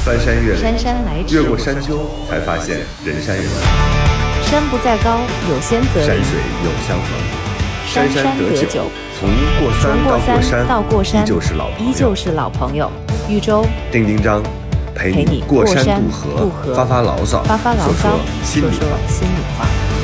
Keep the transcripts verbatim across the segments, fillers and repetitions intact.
翻山越岭， 姗姗来迟， 越过山丘，才发现人山人海。 山不在高，有仙则灵。 山水有相逢， 山山得酒， 从过三从过到过山， 到过山， 依旧是老朋友。 依旧是老朋友。豫州丁丁张陪陪你你过山山渡河， 渡河发发牢骚， 发发牢骚， 说说心里说说话。 心里话。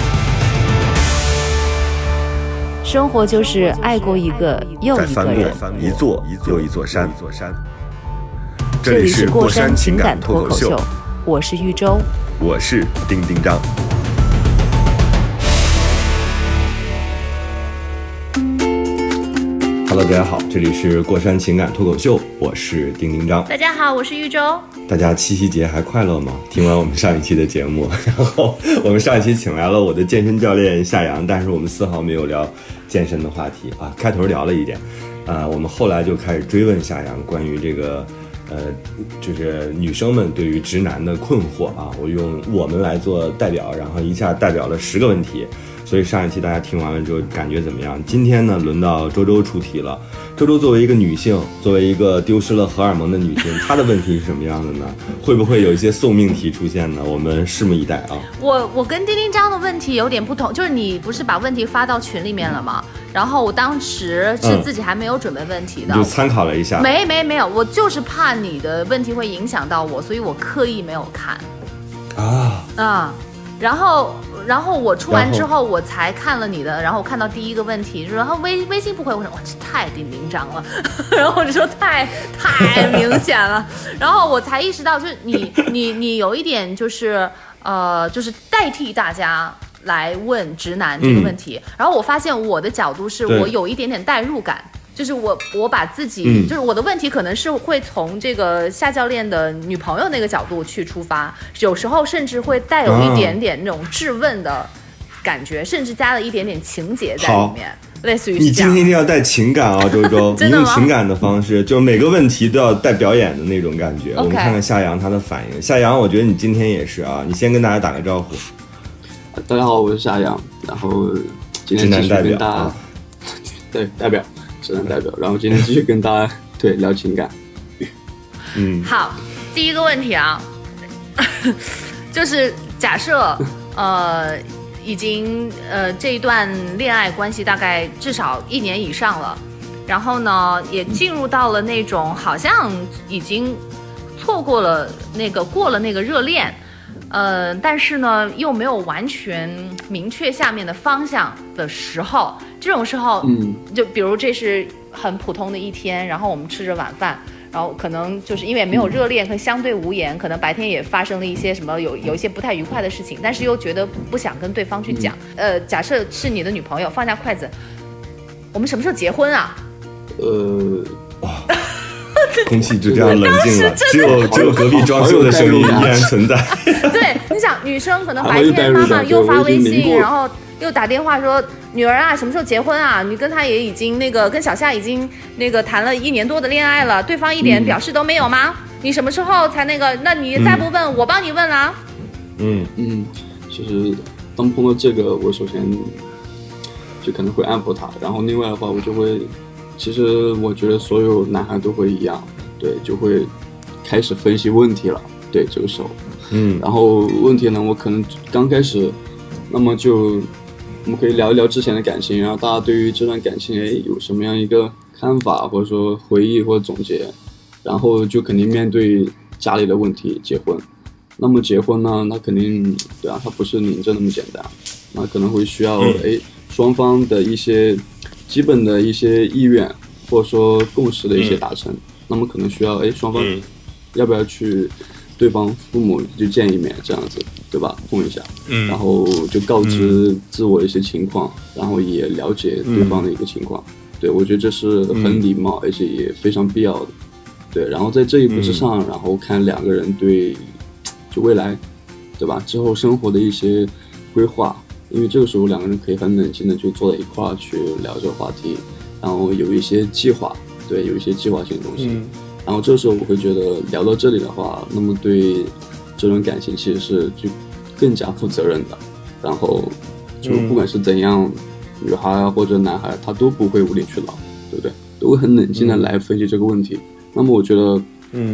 生活就是爱过一个又再翻一个人。 过一座又一座山。 这里是过山情感脱口秀，我是豫州， 我是丁丁张。Hello， 大家好，这里是过山情感脱口秀，我是丁丁张。 大家好，我是豫州。 大家七夕节还快乐吗？听完我们上一期的节目，然后我们上一期请来了我的健身教练夏阳，但是我们丝毫没有聊健身的话题啊。开头聊了一点，呃，我们后来就开始追问夏阳关于这个，呃，就是女生们对于直男的困惑啊。我用我们来做代表，然后一下代表了十个问题。所以上一期大家听完了之后感觉怎么样？今天呢，轮到周周出题了。周周作为一个女性，作为一个丢失了荷尔蒙的女性，她的问题是什么样的呢？会不会有一些送命题出现呢？我们拭目以待啊！ 我我跟丁丁张的问题有点不同，就是你不是把问题发到群里面了吗？然后我当时是自己还没有准备问题的， 嗯、就参考了一下。 没没没有，我就是怕你的问题会影响到我，所以我刻意没有看。 啊啊、嗯，然后。然后我出完之后，我才看了你的，然后我看到第一个问题，就是然后微微信不回，我说哇，这太丁丁张了，然后我就说太太明显了，然后我才意识到，就是你你你有一点就是呃，就是代替大家来问直男这个问题，嗯、然后我发现我的角度是我有一点点代入感。就是我，我把自己，嗯、就是我的问题可能是会从这个夏教练的女朋友那个角度去出发，有时候甚至会带有一点点那种质问的感觉，哦、甚至加了一点点情节在里面，类似于是这样。 你今天一定要带情感啊，周周，你用情感的方式，就每个问题都要带表演的那种感觉。Okay. 我们看看夏阳他的反应。夏阳，我觉得你今天也是啊，你先跟大家打个招呼。 大家好，我是夏阳，然后今天继续跟大家，啊、对代表。直男代表，然后今天继续跟大家对聊情感。 嗯，好，第一个问题啊，就是假设呃已经呃这一段恋爱关系大概至少一年以上了，然后呢也进入到了那种好像已经错过了那个过了那个热恋。呃，但是呢，又没有完全明确下面的方向的时候，这种时候，嗯，就比如这是很普通的一天，然后我们吃着晚饭，然后可能就是因为没有热恋，可相对无言，可能白天也发生了一些什么有有一些不太愉快的事情，但是又觉得不想跟对方去讲。嗯、呃，假设是你的女朋友，放下筷子，我们什么时候结婚啊？ 呃， 哇。空气就这样冷静了，只有只有隔壁装修的声音依然存在。 对，你想女生可能白天妈妈又发微信，然后又打电话说女儿啊什么时候结婚啊？你跟他也已经那个跟小夏已经那个谈了一年多的恋爱了，对方一点表示都没有吗？嗯、你什么时候才那个？那你再不问，嗯、我帮你问啦。 嗯嗯，其实当碰到这个，我首先就可能会安抚他，然后另外的话我就会。其实我觉得所有男孩都会一样，对，就会开始分析问题了。对，这个时候，嗯，然后问题呢，我可能刚开始，那么就我们可以聊一聊之前的感情，然后大家对于这段感情哎有什么样一个看法，或者说回忆或者总结，然后就肯定面对家里的问题，结婚。那么结婚呢，那肯定对啊，它不是领证那么简单，那可能会需要哎双方的一些。基本的一些意愿或者说共识的一些达成，嗯、那么可能需要哎双方要不要去对方父母就见一面这样子，对吧？碰一下，嗯、然后就告知自我的一些情况，嗯、然后也了解对方的一个情况。嗯、对，我觉得这是很礼貌，嗯、而且也非常必要的。对，然后在这一步之上，嗯、然后看两个人对就未来，对吧？之后生活的一些规划。因为这个时候两个人可以很冷静的就坐在一块儿去聊这个话题，然后有一些计划，对，有一些计划性的东西。嗯、然后这时候我会觉得聊到这里的话，那么对这种感情其实是就更加负责任的。然后就不管是怎样，嗯、女孩或者男孩他都不会无理取闹，对不对？都会很冷静的来分析这个问题。嗯、那么我觉得，嗯，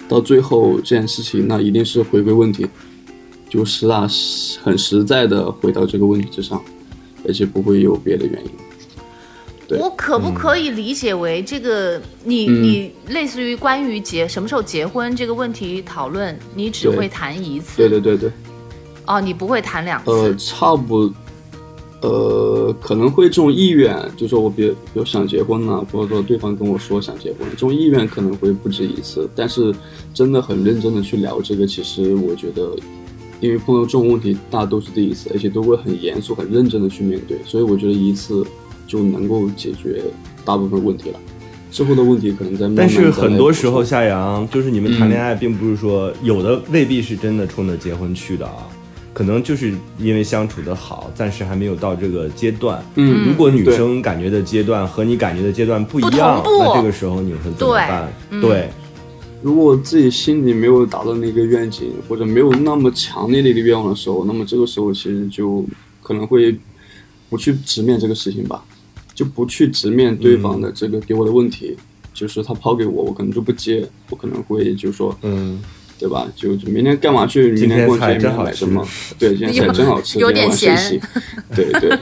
到最后这件事情那一定是回归问题，就实打很实在的回到这个问题之上，而且不会有别的原因。对， 我可不可以理解为这个你、嗯、你类似于关于结什么时候结婚这个问题讨论，你只会谈一次？ 对对对对。 哦，你不会谈两次？ 呃，差不多。呃，可能会这种意愿，就说我比比如想结婚啊，或者说对方跟我说想结婚，这种意愿可能会不止一次。但是真的很认真的去聊这个，其实我觉得，因为碰到这种问题，大家都是第一次，而且都会很严肃、很认真的去面对，所以我觉得一次就能够解决大部分问题了。之后的问题可能在慢慢但是很多时候，夏阳就是你们谈恋爱，并不是说、嗯、有的未必是真的冲着结婚去的啊。可能就是因为相处的好，暂时还没有到这个阶段。嗯，如果女生感觉的阶段和你感觉的阶段不一样，那这个时候你会怎么办？对，对嗯、 如果自己心里没有达到那个愿景，或者没有那么强烈的一个愿望的时候，那么这个时候其实就可能会不去直面这个事情吧，就不去直面对方的这个给我的问题，嗯、就是他抛给我，我可能就不接，我可能会就说，嗯。对吧？就明天干嘛去？明天逛街，明天买什么？对，今天菜真好吃， 有点咸。 对对。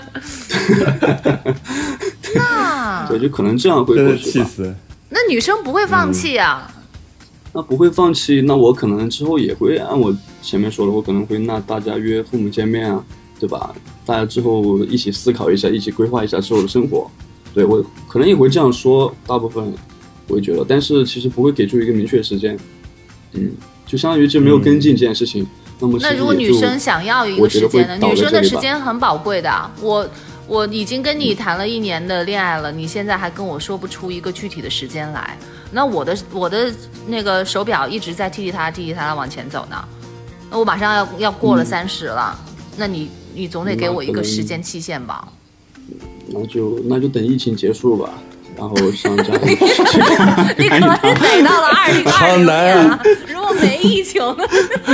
那对，就可能这样会过去吧。 气死！ 那女生不会放弃啊、嗯？ 那不会放弃，那我可能之后也会按我前面说的，我可能会那大家约父母见面啊，对吧？大家之后一起思考一下，一起规划一下之后的生活。对，我可能也会这样说，大部分我会觉得，但是其实不会给出一个明确的时间。嗯。就相当于就没有跟进这件事情，嗯、那么那如果女生想要一个时间呢？女生的时间很宝贵的。我我已经跟你谈了一年的恋爱了，嗯、你现在还跟我说不出一个具体的时间来，那我的我的那个手表一直在踢踢踏踏踢踢踏踏往前走呢，那我马上要要过了三十了，嗯、那你你总得给我一个时间期限吧？ 那就那就等疫情结束吧。然后上家里你可能等到了二零二零年啊！如果没疫情呢？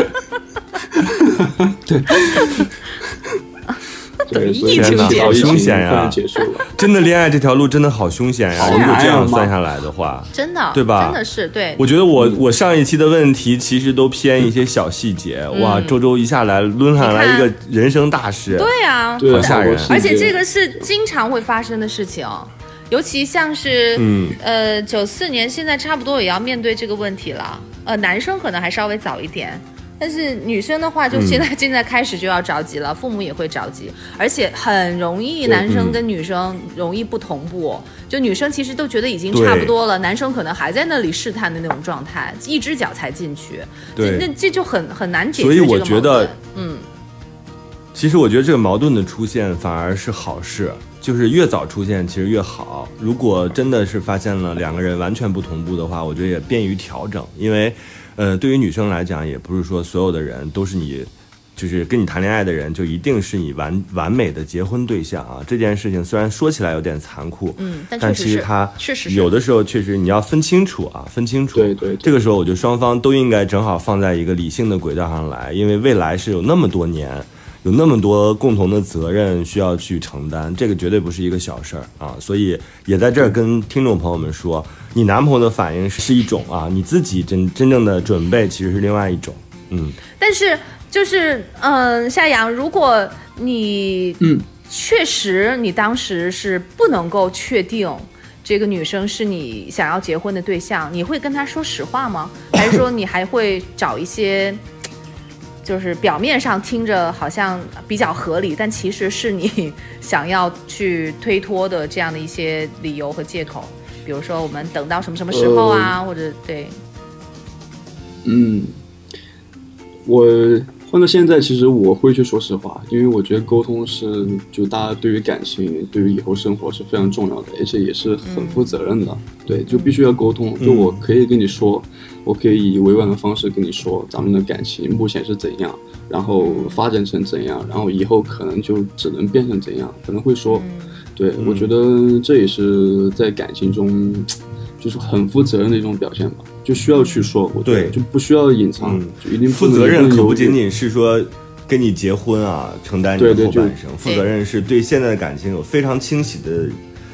对， 等疫情结束，好凶险呀！ 结束了， 真的恋爱这条路真的好凶险呀！如果这样算下来的话， 真的对吧？ 真的是对。 我觉得我我上一期的问题其实都偏一些小细节，嗯、哇，周周一下来抡上来一个人生大事， 对呀， 好吓人！ 而且这个是经常会发生的事情。尤其像是，嗯，呃，九四年现在差不多也要面对这个问题了。呃，男生可能还稍微早一点，但是女生的话，就现在、嗯、现在开始就要着急了，父母也会着急，而且很容易男生跟女生容易不同步。嗯、就女生其实都觉得已经差不多了，男生可能还在那里试探的那种状态，一只脚才进去，对，那这就很很难解决这个矛盾。 所以我觉得， 嗯， 其实我觉得这个矛盾的出现反而是好事。就是越早出现其实越好，如果真的是发现了两个人完全不同步的话，我觉得也便于调整。因为呃，对于女生来讲，也不是说所有的人都是你就是跟你谈恋爱的人就一定是你完完美的结婚对象啊。这件事情虽然说起来有点残酷， 嗯，但, 但其实它确实有的时候确实你要分清楚啊，分清楚。 对 对, 对， 这个时候我觉得双方都应该正好放在一个理性的轨道上来，因为未来是有那么多年。有那么多共同的责任需要去承担，这个绝对不是一个小事儿啊！所以也在这儿跟听众朋友们说，你男朋友的反应是一种啊，你自己真真正的准备其实是另外一种。嗯， 但是就是嗯、呃，夏阳，如果你嗯确实你当时是不能够确定这个女生是你想要结婚的对象，你会跟她说实话吗？还是说你还会找一些？就是表面上听着好像比较合理，但其实是你想要去推脱的这样的一些理由和借口，比如说我们等到什么什么时候啊，呃、或者对， 嗯，我换到现在，其实我会去说实话，因为我觉得沟通是就大家对于感情、对于以后生活是非常重要的，而且也是很负责任的。嗯、对，就必须要沟通。就我可以跟你说。嗯我可以以委婉的方式跟你说咱们的感情目前是怎样，然后发展成怎样，然后以后可能就只能变成怎样，可能会说，对、嗯、我觉得这也是在感情中就是很负责任的一种表现吧，就需要去说，我对， 就不需要隐藏，嗯、就一定负责任可不仅仅是说跟你结婚啊，承担你的后半生，负责任是对现在的感情有非常清晰的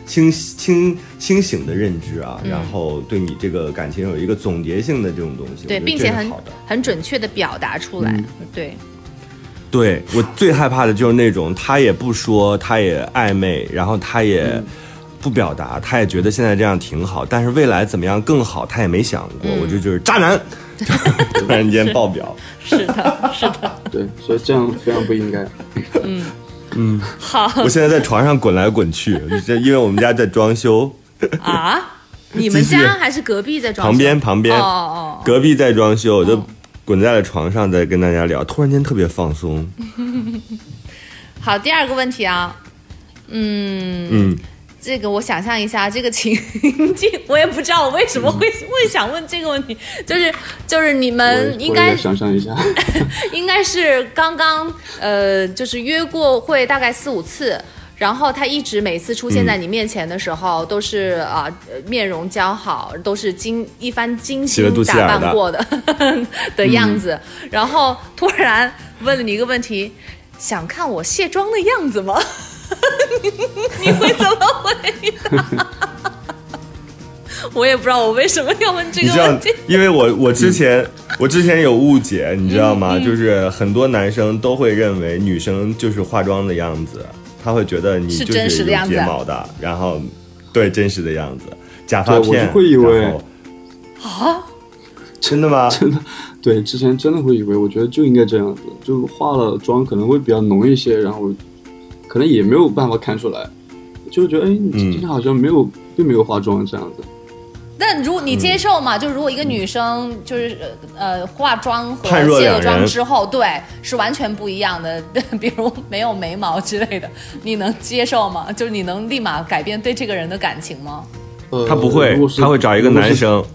清清清醒的认知啊， 嗯、 然后对你这个感情有一个总结性的这种东西， 对，并且很很准确的表达出来，嗯、对。 对，我最害怕的就是那种他也不说，他也暧昧，然后他也不表达，他也觉得现在这样挺好，但是未来怎么样更好他也没想过，嗯、我这就是渣男，突然间爆表。 是的，是的， 对，所以这样非常不应该。 嗯嗯， 好， 我现在在床上滚来滚去，因为我们家在装修。 啊？你们家还是隔壁在装修？ 旁边旁边， 哦哦， 隔壁在装修，我就滚在了床上，在跟大家聊，突然间特别放松。 好，第二个问题啊，嗯嗯。这个我想象一下，这个情境我也不知道我为什么会、嗯、会想问这个问题，就是就是你们应该想象一下， 应该是刚刚呃，就是约过会大概四五次，然后他一直每次出现在你面前的时候，嗯、都是啊、呃、面容姣好，都是精一番精心打扮过的的样子，嗯、然后突然问了你一个问题，想看我卸妆的样子吗？你会怎么回答？我也不知道我为什么要问这个问题， 因为我我之前、嗯、我之前有误解，你知道吗、嗯嗯？就是很多男生都会认为女生就是化妆的样子，他会觉得你就是有睫毛的，然后对真实的样子，假发片， 我会以为啊， 真的吗？ 真的，对，之前真的会以为，我觉得就应该这样子，就化了妆可能会比较浓一些，然后。可能也没有办法看出来，就觉得哎，你今天好像没有、嗯、并没有化妆这样子。 但如果你接受嘛，嗯、就如果一个女生就是呃化妆和卸了妆之后，对，是完全不一样的，比如没有眉毛之类的，你能接受吗？就是你能立马改变对这个人的感情吗？ 呃，他不会，他会找一个男生。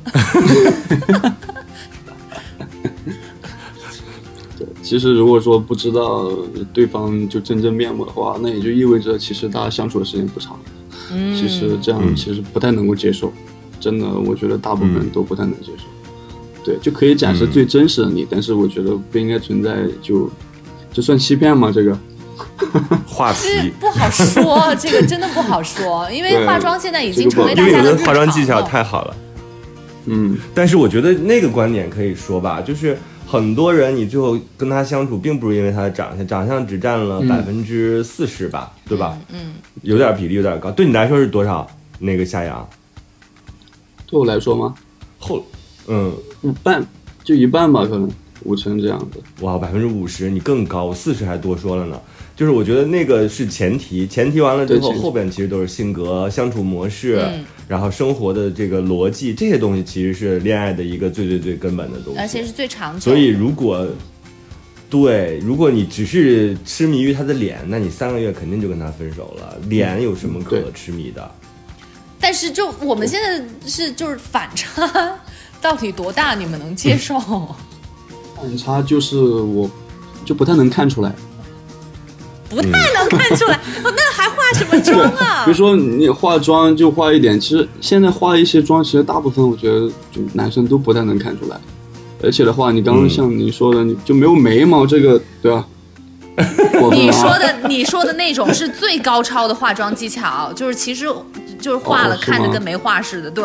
其实如果说不知道对方就真正面目的话，那也就意味着其实大家相处的时间不长。嗯，其实这样其实不太能够接受，真的，我觉得大部分人都不太能接受。嗯、对，就可以展示最真实的你，嗯、但是我觉得不应该存在就就算欺骗吗？这个画皮不好说，这个真的不好说，因为化妆现在已经成为大家的日常了。 因为有的化妆技巧太好了。嗯，但是我觉得那个观点可以说吧，就是。很多人你最后跟他相处，并不是因为他的长相，长相只占了百分之四十吧，嗯、对吧？嗯，有点比例有点高。对你来说是多少？那个夏阳？ 对我来说吗？ 后，嗯， 一半，就一半吧，可能五成这样子。 哇，百分之五十，你更高，四十还多说了呢。就是我觉得那个是前提，前提完了之后，后边其实都是性格、相处模式，嗯、然后生活的这个逻辑，这些东西其实是恋爱的一个最最最根本的东西， 而且是最长久。 所以如果对，如果你只是痴迷于他的脸，那你三个月肯定就跟他分手了。脸有什么可痴迷的？ 但是就我们现在是就是反差到底多大？你们能接受？ 反差就是我就不太能看出来。 不太能看出来，嗯、那还化什么妆啊？ 比如说你化妆就化一点，其实现在化一些妆，其实大部分我觉得就男生都不太能看出来。而且的话，你刚刚像你说的，嗯、你就没有眉毛这个，对吧？ 你说的你说的那种是最高超的化妆技巧，就是其实就是化了、哦、看着跟没化似的，对。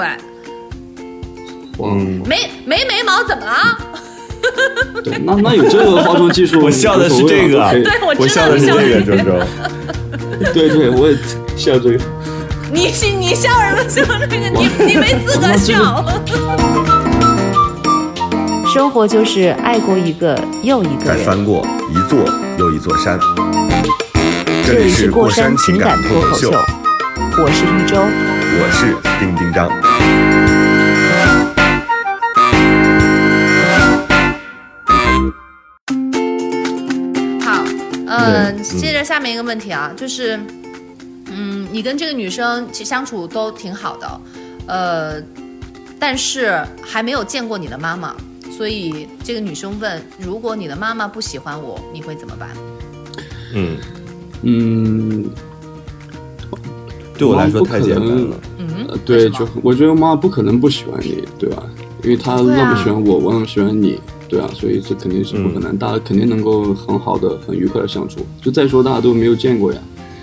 嗯， 没没眉毛怎么了？ 对，那那有这个化妆技术， 我笑的是这个， 对，我我笑的是这个，周周。 对对，我也笑这个。 你你笑什么笑这个？你你没资格笑。 生活就是爱过一个又一个人， 再翻过一座又一座山。 这里是过山情感脱口秀，我是玉州， 我是丁丁张。 呃，接着下面一个问题啊，就是，嗯，你跟这个女生其实相处都挺好的，呃，但是还没有见过你的妈妈，所以这个女生问，如果你的妈妈不喜欢我，你会怎么办？ 嗯嗯， 对我来说太简单了。 嗯， 呃、对，就我觉得妈妈不可能不喜欢你，对吧？因为她那么喜欢我，我那么喜欢你。对啊，所以这肯定是不可能，嗯、大家肯定能够很好的、很愉快的相处。就再说大家都没有见过呀。 那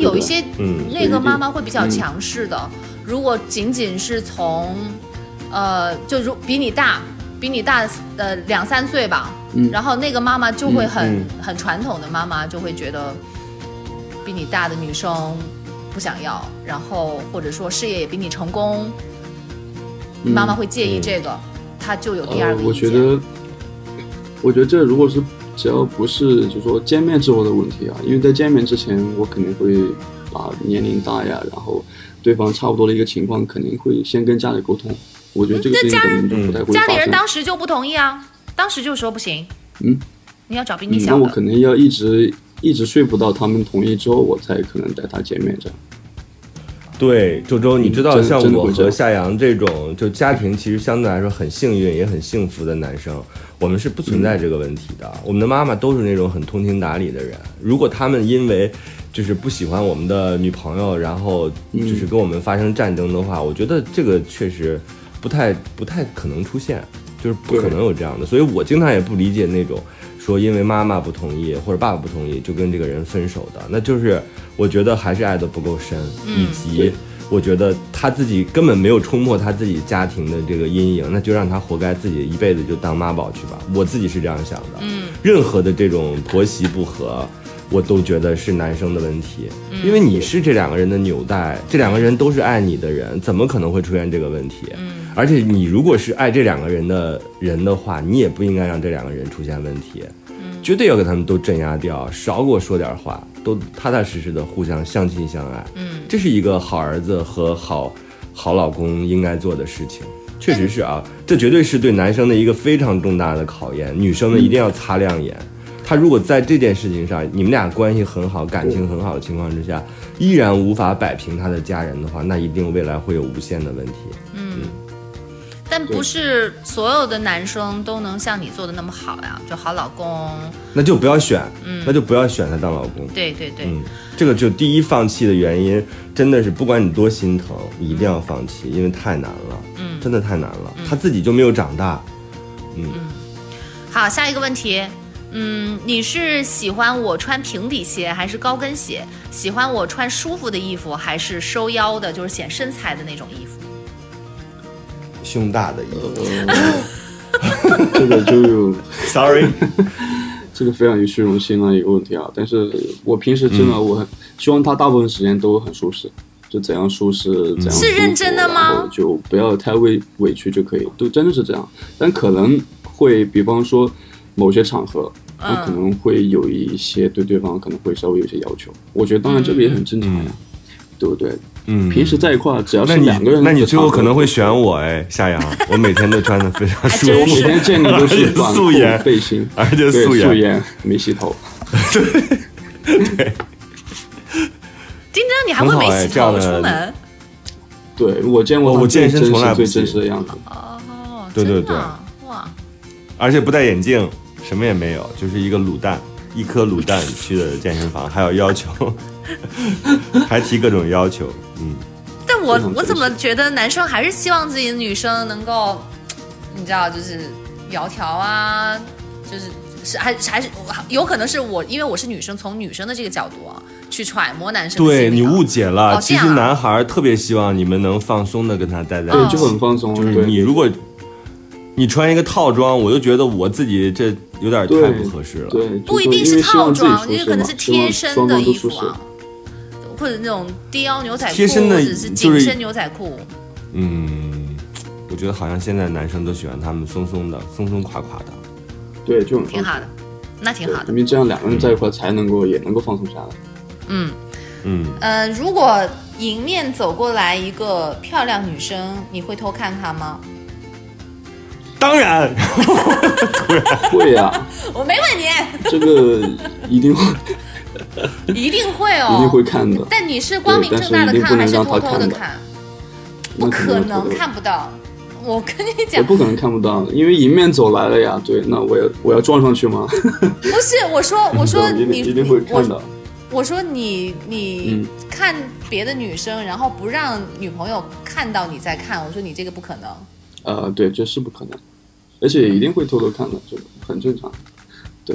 有一些那个妈妈会比较强势的，嗯、如果仅仅是从，呃，就如比你大，比你大呃两三岁吧，嗯、然后那个妈妈就会很、嗯、很传统的妈妈就会觉得，比你大的女生不想要，然后或者说事业也比你成功，嗯、妈妈会介意这个，嗯、她就有第二个意见。呃、 我觉得，我觉得这如果是。只要不是就说见面之后的问题啊，因为在见面之前我肯定会把年龄大呀，然后对方差不多的一个情况肯定会先跟家里沟通。我觉得这个事情可能就不太会发生。 家里人当时就不同意啊，当时就说不行。嗯，你要找比你小的。 嗯、那我可能要一直一直说服到他们同意之后，我才可能带他见面这样。 对，周周，你知道像我和夏阳这种就家庭其实相对来说很幸运也很幸福的男生，我们是不存在这个问题的。嗯、我们的妈妈都是那种很通情达理的人，如果他们因为就是不喜欢我们的女朋友，然后就是跟我们发生战争的话，嗯、我觉得这个确实不太不太可能出现，就是不可能有这样的。所以我经常也不理解那种说因为妈妈不同意或者爸爸不同意就跟这个人分手的，那就是我觉得还是爱得不够深，嗯、以及我觉得他自己根本没有冲破他自己家庭的这个阴影，那就让他活该，自己一辈子就当妈宝去吧。我自己是这样想的。嗯，任何的这种婆媳不和，我都觉得是男生的问题，嗯、因为你是这两个人的纽带，这两个人都是爱你的人，怎么可能会出现这个问题？嗯，而且你如果是爱这两个人的人的话，你也不应该让这两个人出现问题。绝对要给他们都镇压掉，少给我说点话，都踏踏实实的互相相亲相爱。嗯，这是一个好儿子和好好老公应该做的事情。确实是啊，这绝对是对男生的一个非常重大的考验。女生呢一定要擦亮眼。他如果在这件事情上，你们俩关系很好，感情很好的情况之下，依然无法摆平他的家人的话，那一定未来会有无限的问题。嗯。嗯， 但不是所有的男生都能像你做的那么好呀，就好老公， 那就不要选，嗯，那就不要选他当老公。 对对对， 嗯，这个就第一放弃的原因，真的是不管你多心疼，你一定要放弃，因为太难了，嗯，真的太难了，嗯、他自己就没有长大，嗯。嗯， 好，下一个问题，嗯，你是喜欢我穿平底鞋还是高跟鞋？喜欢我穿舒服的衣服还是收腰的，就是显身材的那种衣服？ 胸大的衣服， 呃、这个就有 ，sorry， 这个非常有虚荣心的一个问题啊。但是我平时真的，我很希望他大部分时间都很舒适，就怎样舒适怎样舒服。 是认真的吗？ 就不要太委委屈就可以，都真的是这样。但可能会，比方说某些场合，那可能会有一些对对方可能会稍微有些要求。我觉得当然这个也很正常呀，嗯、对不对？嗯，平时在一块，只要是两个人， 那你最后可能会选我哎，夏阳，我每天都穿的非常舒服， 我每天见你都是短裤背心， 而且素颜， 素颜没洗头， 对对。 今天你还会没洗头出门？ 对，我见过我健身从来不最真实的样子。 哦， 对对对，哇！而且不戴眼镜，什么也没有，就是一个卤蛋，一颗卤蛋去的健身房，还有要求。还提各种要求，嗯， 但我我怎么觉得男生还是希望自己的女生能够，你知道，就是窈窕啊，就是是还还是有可能是我，因为我是女生，从女生的这个角度啊去揣摩男生的心理。 对，你误解了， 哦、 其实男孩特别希望你们能放松的跟他待在一起， 就很放松。 就是你如果你穿一个套装，我就觉得我自己这有点太不合适了。 对， 不一定是套装，也可能是贴身的衣服啊。或者那种低腰牛仔裤，或者是紧身牛仔裤。 嗯，我觉得好像现在男生都喜欢他们松松的、松松垮垮的。 对，就很挺好的，那挺好的。 因为这样两个人在一块才能够、嗯、也能够放松下来。 嗯嗯呃，如果迎面走过来一个漂亮女生，你会偷看她吗？ 当然， 会啊。 我没问你。 这个一定会。 一定会哦， 一定会看的。 但你是光明正大的看，还是偷偷的看？不可能看不到。我跟你讲， 我不可能看不到，因为迎面走来了呀。对，那我要我要撞上去吗？ 不是，我说我说你一定会看到。 我说你你看别的女生，然后不让女朋友看到你在看，我说你这个不可能。 呃，对，这是不可能，而且一定会偷偷看的，这个很正常。对。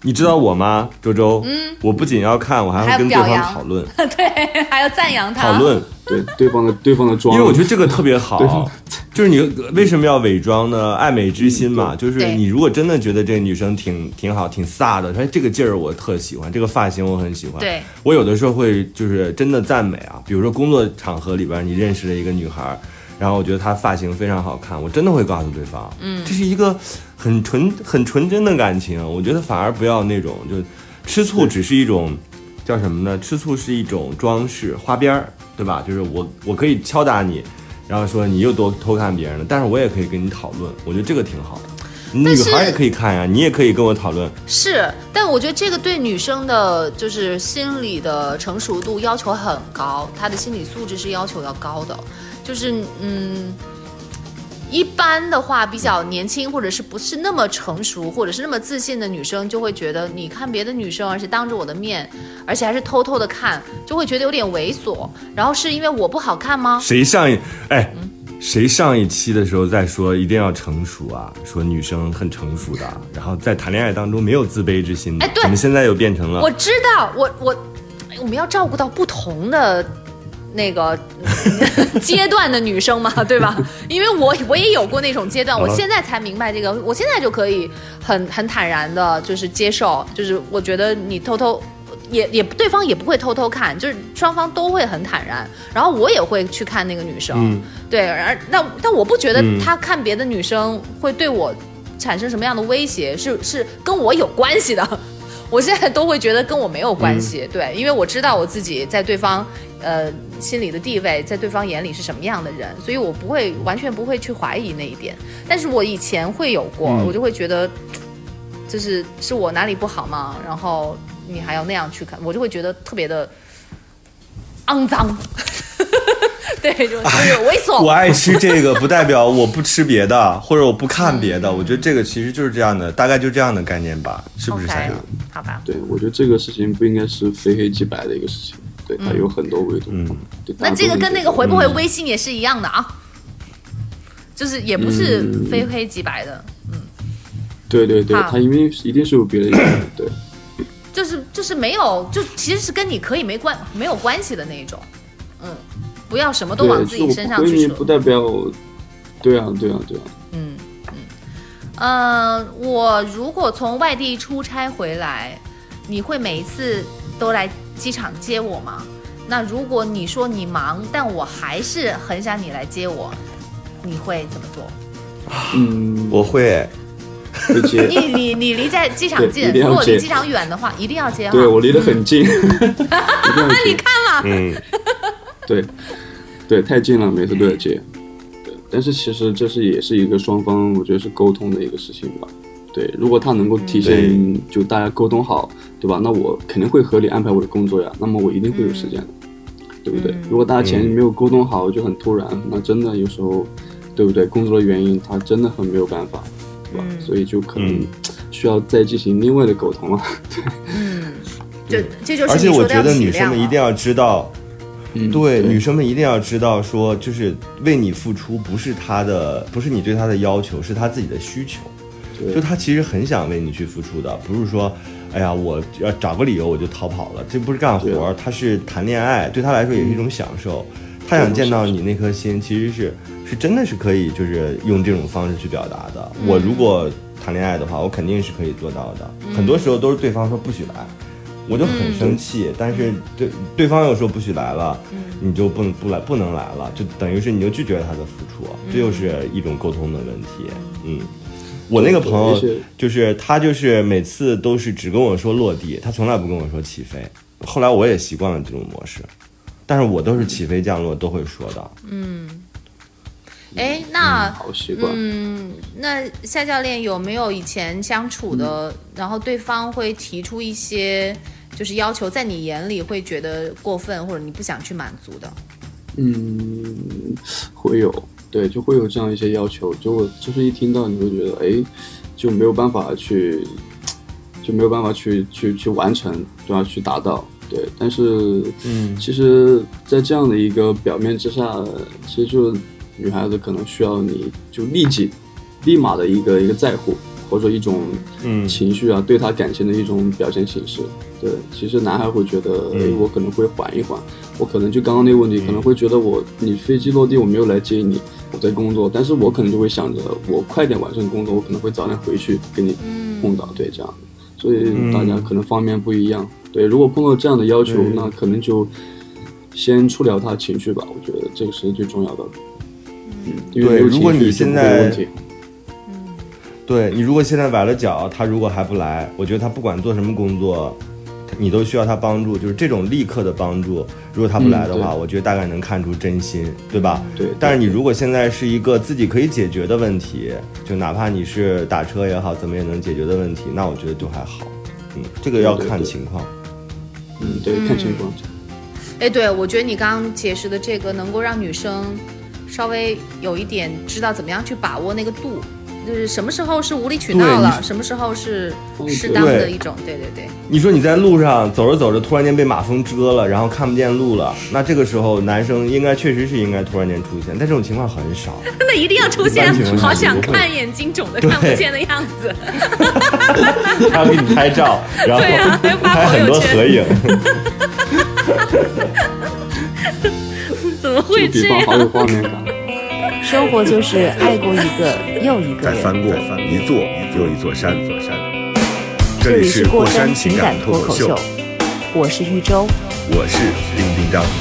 你知道我吗，周周？嗯，我不仅要看，我还要跟对方讨论， 对，还要赞扬他， 讨论， 对对方的对方的妆， 因为我觉得这个特别好。就是你为什么要伪装呢？爱美之心嘛，嗯、就是你如果真的觉得这个女生挺挺好、挺飒的，她这个劲儿我特喜欢，这个发型我很喜欢。 对， 我有的时候会就是真的赞美啊，比如说工作场合里边你认识了一个女孩。然后我觉得她发型非常好看，我真的会告诉对方，嗯，这是一个很纯很纯真的感情。我觉得反而不要那种就吃醋，只是一种叫什么呢？吃醋是一种装饰花边儿，对吧？就是我我可以敲打你，然后说你又多偷看别人了，但是我也可以跟你讨论，我觉得这个挺好的。女孩也可以看呀，你也可以跟我讨论。 是，但我觉得这个对女生的就是心理的成熟度要求很高，她的心理素质是要求要高的。就是嗯，一般的话，比较年轻或者是不是那么成熟，或者是那么自信的女生，就会觉得你看别的女生，而且当着我的面，而且还是偷偷的看，就会觉得有点猥琐。然后是因为我不好看吗？ 谁上一哎？嗯谁上一期的时候在说一定要成熟啊，说女生很成熟的，然后在谈恋爱当中没有自卑之心的。哎，对，我们现在又变成了。 我知道，我我我们要照顾到不同的那个阶段的女生嘛，对吧？因为我我也有过那种阶段，我现在才明白这个，我现在就可以很很坦然的，就是接受，就是我觉得你偷偷。也也对方也不会偷偷看，就是双方都会很坦然，然后我也会去看那个女生，嗯、对，而那但我不觉得他看别的女生会对我产生什么样的威胁，是是跟我有关系的，我现在都会觉得跟我没有关系，嗯、对，因为我知道我自己在对方呃心里的地位，在对方眼里是什么样的人，所以我不会完全不会去怀疑那一点，但是我以前会有过，嗯、我就会觉得就是是我哪里不好吗？然后。你还要那样去看，我就会觉得特别的肮脏，对，就就是猥琐、哎。 我爱吃这个，不代表我不吃别的，或者我不看别的。嗯、我觉得这个其实就是这样的，大概就这样的概念吧，是不是？ Okay, 好吧。 对，我觉得这个事情不应该是非黑即白的一个事情，对，它有很多维度。嗯， 那这个跟那个回不回微信也是一样的啊，嗯、就是也不是非黑即白的。嗯， 对对对，它因为一定是有别的原因，对。 就是就是没有，就其实是跟你可以没关没有关系的那一种，嗯，不要什么都往自己身上去扯。 不代表，对啊对啊对啊。 嗯嗯，呃，我如果从外地出差回来，你会每一次都来机场接我吗？那如果你说你忙，但我还是很想你来接我，你会怎么做？ 嗯，我会。 你你你离在机场近，如果离机场远的话，一定要接哈。 对，我离得很近， 那你看嘛， 嗯，对，对，太近了，每次都要接。对，但是其实这是也是一个双方，我觉得是沟通的一个事情吧。对，如果他能够体现就大家沟通好，对吧？那我肯定会合理安排我的工作呀，那么我一定会有时间的，对不对？如果大家前面没有沟通好，就很突然，那真的有时候，对不对？工作的原因，他真的很没有办法。嗯、所以就可能需要再进行另外的沟通了。对， 嗯，这这就是而且我觉得女生们一定要知道， 嗯、 对, 对女生们一定要知道说，就是为你付出不是她的，不是你对她的要求，是她自己的需求。就她其实很想为你去付出的，不是说，哎呀，我要找个理由我就逃跑了，这不是干活，她是谈恋爱，对她来说也是一种享受。她想见到你那颗心，其实是。是真的是可以，就是用这种方式去表达的。嗯、我如果谈恋爱的话，我肯定是可以做到的。嗯、很多时候都是对方说不许来，我就很生气。嗯、但是对对方又说不许来了，嗯、你就不能不来不能来了，就等于是你就拒绝了他的付出，嗯、这又是一种沟通的问题。嗯，我那个朋友就是他，就是每次都是只跟我说落地，他从来不跟我说起飞。后来我也习惯了这种模式，但是我都是起飞降落都会说的。 嗯。哎，那嗯，好习惯。 嗯，那夏教练有没有以前相处的，嗯、然后对方会提出一些就是要求，在你眼里会觉得过分或者你不想去满足的？ 嗯，会有，对，就会有这样一些要求，就我就是一听到你会觉得，哎，就没有办法去，就没有办法去去去完成，就要去达到。对，但是，嗯，其实，在这样的一个表面之下，其实就。女孩子可能需要你就立即立马的一个一个在乎， 或者说一种情绪啊， 嗯、 对他感情的一种表现形式。对，其实男孩会觉得，嗯、哎，我可能会缓一缓，我可能就刚刚那个问题，嗯、可能会觉得我你飞机落地我没有来接你，我在工作，但是我可能就会想着我快点完成工作，我可能会早点回去跟你碰到，对，这样。所以大家可能方面不一样。对，如果碰到这样的要求，那可能就先处理好他情绪吧，我觉得这个是最重要的。嗯，因为对，如果你现在， 嗯， 对你如果现在崴了脚，他如果还不来，我觉得他不管做什么工作，你都需要他帮助，就是这种立刻的帮助。如果他不来的话，嗯、我觉得大概能看出真心，对吧？ 对。 但是你如果现在是一个自己可以解决的问题，就哪怕你是打车也好，怎么也能解决的问题，那我觉得就还好。嗯，这个要看情况。 嗯，对，看情况。 哎，对，我觉得你刚刚解释的这个能够让女生稍微有一点知道怎么样去把握那个度，就是什么时候是无理取闹了，什么时候是适当的一种，对对对。 你说你在路上走着走着，突然间被马蜂蛰了，然后看不见路了，那这个时候男生应该确实是应该突然间出现，但这种情况很少。 那一定要出现，好想看眼睛肿的看不见的样子。 还要给你拍照，然后拍很多合影。 怎么会这样？ 好有画面感。 生活就是爱过一个又一个人， 再翻过一座又一座山。 这里是过山情感脱口秀，我是玉州， 我是丁丁张。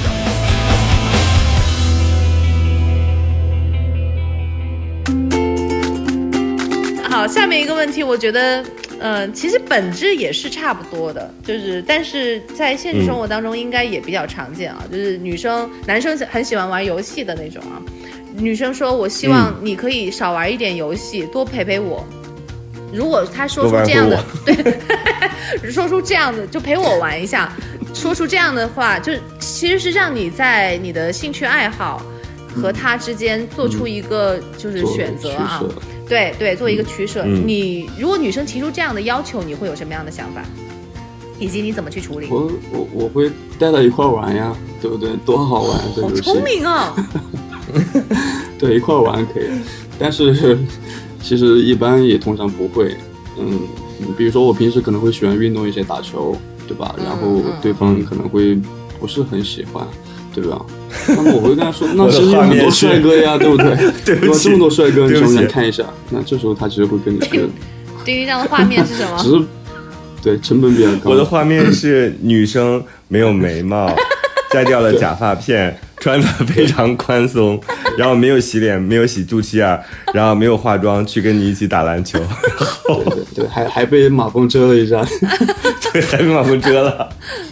好，下面一个问题，我觉得，呃，其实本质也是差不多的，就是，但是在现实生活当中应该也比较常见啊，嗯、就是女生、男生很喜欢玩游戏的那种啊。女生说：“我希望你可以少玩一点游戏，嗯、多陪陪我。”如果他说出这样的，对，说出这样的，就陪我玩一下，说出这样的话，就其实是让你在你的兴趣爱好和他之间做出一个就是选择啊。嗯对对，做一个取舍。嗯、你如果女生提出这样的要求，你会有什么样的想法？以及你怎么去处理？ 我我我会带到一块玩呀，对不对？多好玩！这好聪明哦。 对，一块玩可以，但是其实一般也通常不会。嗯，比如说我平时可能会喜欢运动一些，打球，对吧？然后对方可能会不是很喜欢。对吧？那么我会跟他说，那其实有很多帅哥呀，对不对？ 对不起， 这么多帅哥，你想不想看一下？那这时候他其实会跟你说， 丁丁这样的画面是什么？ 只是对成本比较高。 我的画面是女生没有眉毛，摘掉了假发片，穿得非常宽松，然后没有洗脸，没有洗肚脐眼，然后没有化妆，去跟你一起打篮球。 对对对，还还被马蜂蛰了一下。 对，还被马蜂蛰了。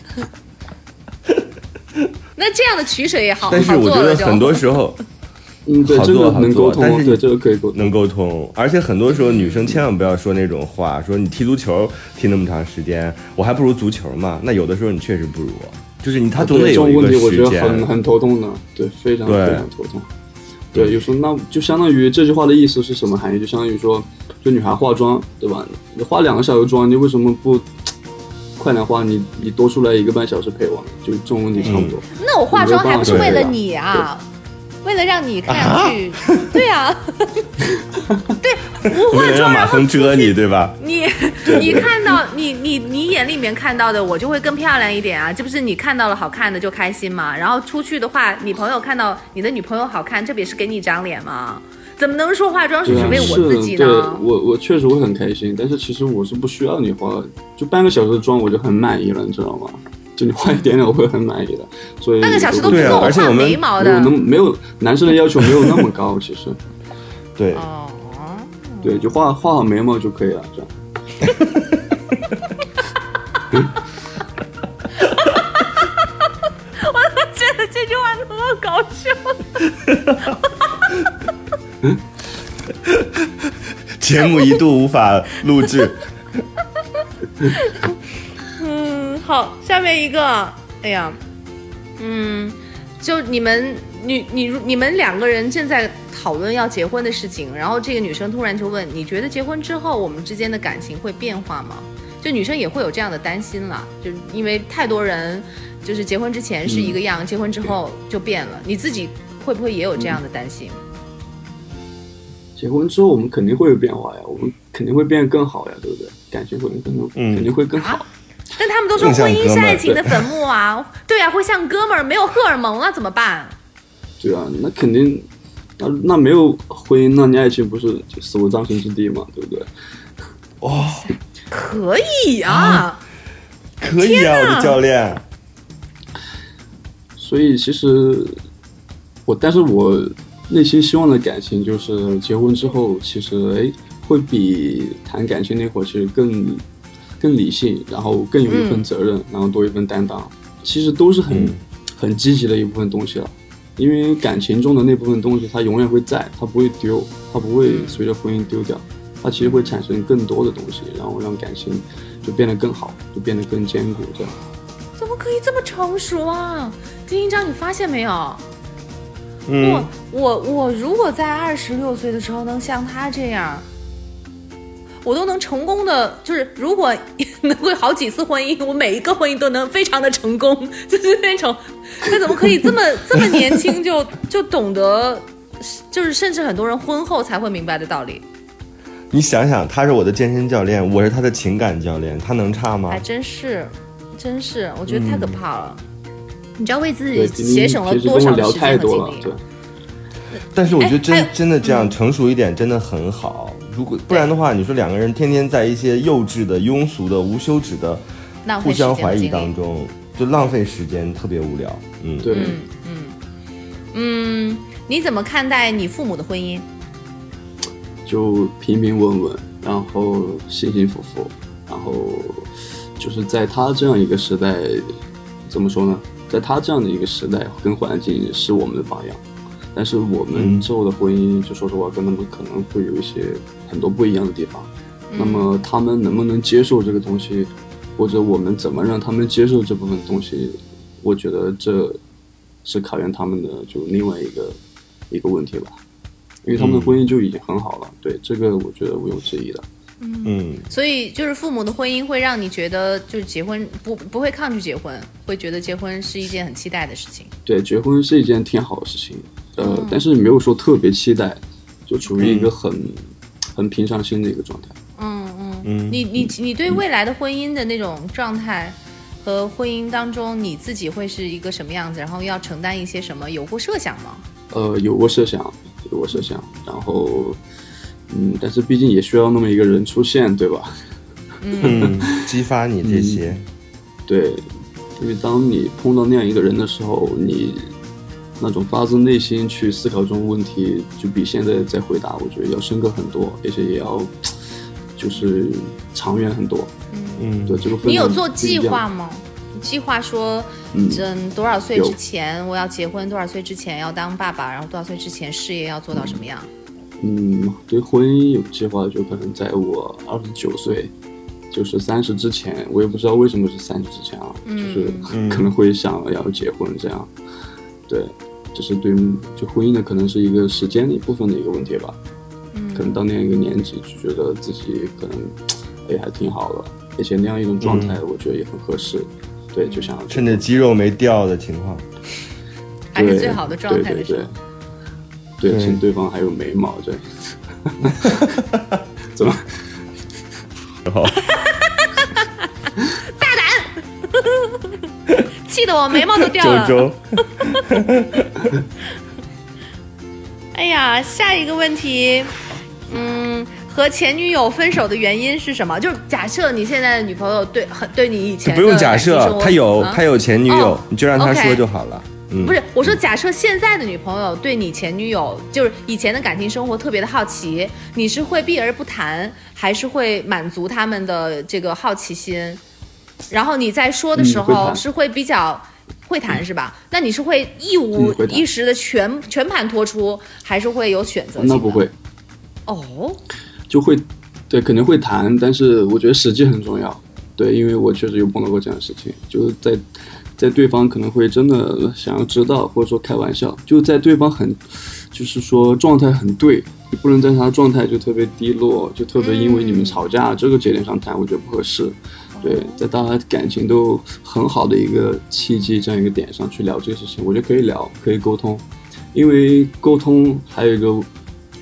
那这样的取舍也好， 但是我觉得很多时候， 嗯，对，这个能沟通，但是对这个可以沟通， 能沟通。而且很多时候女生千万不要说那种话，说你踢足球踢那么长时间，我还不如足球嘛。那有的时候你确实不如，就是你他总得有一个时间。 这种问题我觉得很很头痛的，对，非常非常头痛。对，有时候那就相当于这句话的意思是什么含义？就相当于说，就女孩化妆，对吧？你化两个小时妆，你为什么不？快点化，你你多出来一个半小时陪我，就这种问题差不多。 嗯、那我化妆还不是为了你啊，为了让你看上去，啊对啊，对，不化妆马蜂蛰你，对吧？ 你你看到你你你眼里面看到的，我就会更漂亮一点啊，这不是你看到了好看的就开心嘛？然后出去的话，你朋友看到你的女朋友好看，这不也是给你长脸吗？怎么能说化妆是只为我自己呢？ 对，我我确实会很开心，但是其实我是不需要你化，就半个小时的妆我就很满意了，你知道吗？就你化一点点我会很满意的，所以半个小时都不够我画眉毛的。 没有没有男生的要求没有那么高，其实。 对。 哦。 对，就画画好眉毛就可以了，这样。 我怎么觉得这句话那么搞笑？ 节目一度无法录制。 嗯，好，下面一个，哎呀，嗯，就你们女你你们两个人正在讨论要结婚的事情，然后这个女生突然就问，你觉得结婚之后我们之间的感情会变化吗？就女生也会有这样的担心了，就因为太多人就是结婚之前是一个样，嗯、结婚之后就变了，你自己会不会也有这样的担心？ 结婚之后我们肯定会有变化呀，我们肯定会变得更好呀，对不对？感情会更、嗯、肯定会更好。啊， 但他们都说婚姻是爱情的坟墓啊，对啊，会像哥们儿，没有荷尔蒙啊，怎么办？ 对啊，那肯定，那那没有婚姻，那你爱情不是就死无葬身之地嘛，对不对？ 哇、哦， 可以啊，啊可以啊，我的教练。 所以其实我，但是我内心希望的感情就是结婚之后，其实哎，会比谈感情那会儿其实更更理性，然后更有一份责任，嗯、然后多一份担当。其实都是很、嗯、很积极的一部分东西了。因为感情中的那部分东西，它永远会在，它不会丢，它不会随着婚姻丢掉，它其实会产生更多的东西，然后让感情就变得更好，就变得更坚固。这样怎么可以这么成熟啊？丁一章，你发现没有？ 嗯、 我我我如果在二十六岁的时候能像他这样，我都能成功的，就是如果能会好几次婚姻，我每一个婚姻都能非常的成功，就是那种，他怎么可以这么这么年轻就就懂得，就是甚至很多人婚后才会明白的道理。 你想想，他是我的健身教练，我是他的情感教练，他能差吗？ 还真是，真是，我觉得太可怕了。嗯、你知道为自己节省了多少的时间和精力？ 对。 但是我觉得真真的这样成熟一点真的很好。如果不然的话，你说两个人天天在一些幼稚的、庸俗的、无休止的互相怀疑当中，就浪费时间，特别无聊。嗯， 对， 嗯嗯嗯，你怎么看待你父母的婚姻？ 就平平稳稳，然后幸幸福福，然后就是在他这样一个时代，怎么说呢？在他这样的一个时代跟环境是我们的榜样。但是我们之后的婚姻，就说实话，跟他们可能会有一些很多不一样的地方。嗯、那么他们能不能接受这个东西，或者我们怎么让他们接受这部分东西，我觉得这是考验他们的就另外一个一个问题吧。因为他们的婚姻就已经很好了，嗯、对这个我觉得毋庸置疑的。 嗯，所以就是父母的婚姻会让你觉得就是结婚不不会抗拒结婚，会觉得结婚是一件很期待的事情。 对，结婚是一件挺好的事情。呃，嗯、但是没有说特别期待，就处于一个很、嗯、很平常心的一个状态。 嗯嗯嗯，你你你对未来的婚姻的那种状态和婚姻当中你自己会是一个什么样子？然后要承担一些什么？有过设想吗？ 呃，有过设想，有过设想，然后嗯，但是毕竟也需要那么一个人出现，对吧？ 嗯，激发你这些、嗯。 对，因为当你碰到那样一个人的时候，你。那种发自内心去思考这种问题，就比现在在回答，我觉得要深刻很多，而且也要就是长远很多。嗯，对这个分。 你有做计划吗？计划说，嗯，多少岁之前我要结婚，多少岁之前要当爸爸，然后多少岁之前事业要做到什么样？ 嗯，对婚姻有计划，就可能在我二十九岁，就是三十之前，我也不知道为什么是三十之前啊，嗯、就是可能会想要结婚这样，对。这是对就婚姻的可能是一个时间的一部分的一个问题吧，嗯，可能到那样一个年纪就觉得自己可能哎还挺好的，而且那样一种状态我觉得也很合适，嗯、对，就想趁着肌肉没掉的情况， 还是最好的状态的时候， 对，趁对, 对, 对方还有眉毛这样，怎么？ 好， 大胆！气得我眉毛都掉了。 周周哎呀，下一个问题，嗯，和前女友分手的原因是什么？就是假设你现在的女朋友对很对你以前的不用假设，她有她、啊、有前女友， 哦、 你就让她说就好了。 Okay. 嗯、不是，我说假设现在的女朋友对你前女友就是以前的感情生活特别的好奇，你是会避而不谈，还是会满足他们的这个好奇心？然后你在说的时候是会比较会谈是吧？那你是会一五一十的全全盘托出，还是会有选择性的？ 那不会。 哦， 就会，对，肯定会谈，但是我觉得时机很重要。对，因为我确实有碰到过这样的事情，就是在在对方可能会真的想要知道，或者说开玩笑，就在对方很就是说状态很对，你不能在他状态就特别低落，就特别因为你们吵架、嗯、这个节点上谈，我觉得不合适。对，在大家感情都很好的一个契机这样一个点上去聊这个事情，我觉得可以聊，可以沟通，因为沟通还有一个